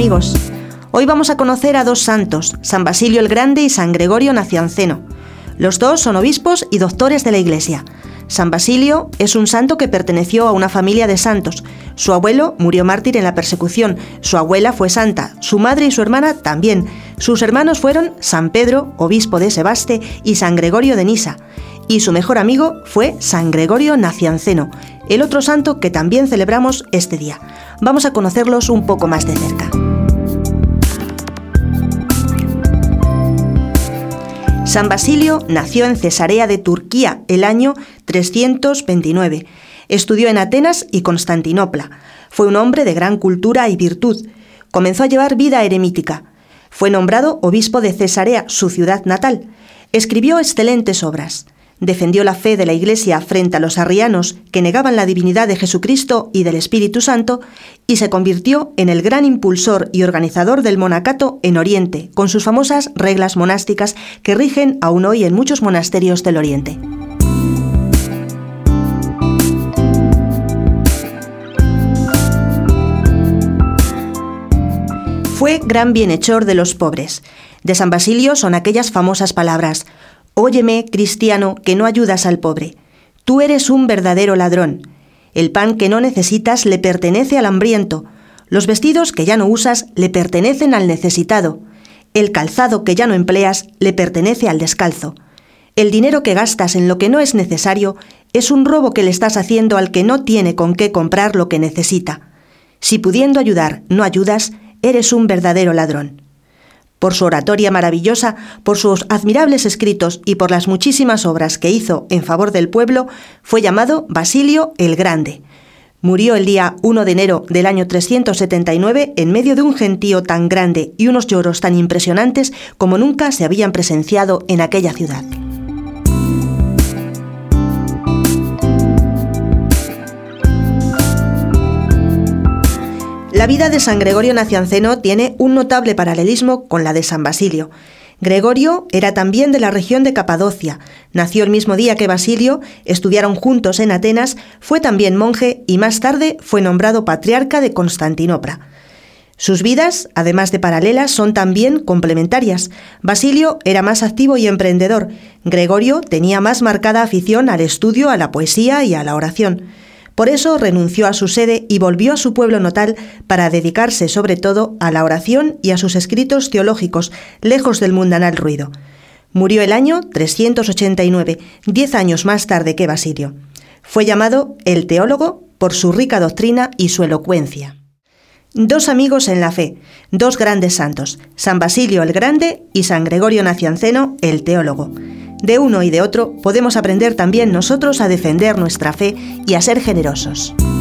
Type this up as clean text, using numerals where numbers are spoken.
amigos. Hoy vamos a conocer a dos santos, San Basilio el Grande y San Gregorio Nacianceno. Los dos son obispos y doctores de la Iglesia. San Basilio es un santo que perteneció a una familia de santos. Su abuelo murió mártir en la persecución, su abuela fue santa, su madre y su hermana también. Sus hermanos fueron San Pedro, obispo de Sebaste, y San Gregorio de Nisa. Y su mejor amigo fue San Gregorio Nacianceno, el otro santo que también celebramos este día. Vamos a conocerlos un poco más de cerca. San Basilio nació en Cesarea de Turquía el año 329. Estudió en Atenas y Constantinopla. Fue un hombre de gran cultura y virtud. Comenzó a llevar vida eremítica. Fue nombrado obispo de Cesarea, su ciudad natal. Escribió excelentes obras. Defendió la fe de la Iglesia frente a los arrianos que negaban la divinidad de Jesucristo y del Espíritu Santo, y se convirtió en el gran impulsor y organizador del monacato en Oriente, con sus famosas reglas monásticas que rigen aún hoy en muchos monasterios del Oriente. Fue gran bienhechor de los pobres. De San Basilio son aquellas famosas palabras: «Óyeme, cristiano, que no ayudas al pobre. Tú eres un verdadero ladrón. El pan que no necesitas le pertenece al hambriento. Los vestidos que ya no usas le pertenecen al necesitado. El calzado que ya no empleas le pertenece al descalzo. El dinero que gastas en lo que no es necesario es un robo que le estás haciendo al que no tiene con qué comprar lo que necesita. Si pudiendo ayudar no ayudas, eres un verdadero ladrón». Por su oratoria maravillosa, por sus admirables escritos y por las muchísimas obras que hizo en favor del pueblo, fue llamado Basilio el Grande. Murió el día 1 de enero del año 379 en medio de un gentío tan grande y unos lloros tan impresionantes como nunca se habían presenciado en aquella ciudad. La vida de San Gregorio Nacianceno tiene un notable paralelismo con la de San Basilio. Gregorio era también de la región de Capadocia, nació el mismo día que Basilio, estudiaron juntos en Atenas, fue también monje y más tarde fue nombrado patriarca de Constantinopla. Sus vidas, además de paralelas, son también complementarias. Basilio era más activo y emprendedor. Gregorio tenía más marcada afición al estudio, a la poesía y a la oración. Por eso renunció a su sede y volvió a su pueblo natal para dedicarse sobre todo a la oración y a sus escritos teológicos, lejos del mundanal ruido. Murió el año 389, 10 años más tarde que Basilio. Fue llamado el teólogo por su rica doctrina y su elocuencia. Dos amigos en la fe, dos grandes santos, San Basilio el Grande y San Gregorio Nacianceno, el teólogo. De uno y de otro podemos aprender también nosotros a defender nuestra fe y a ser generosos.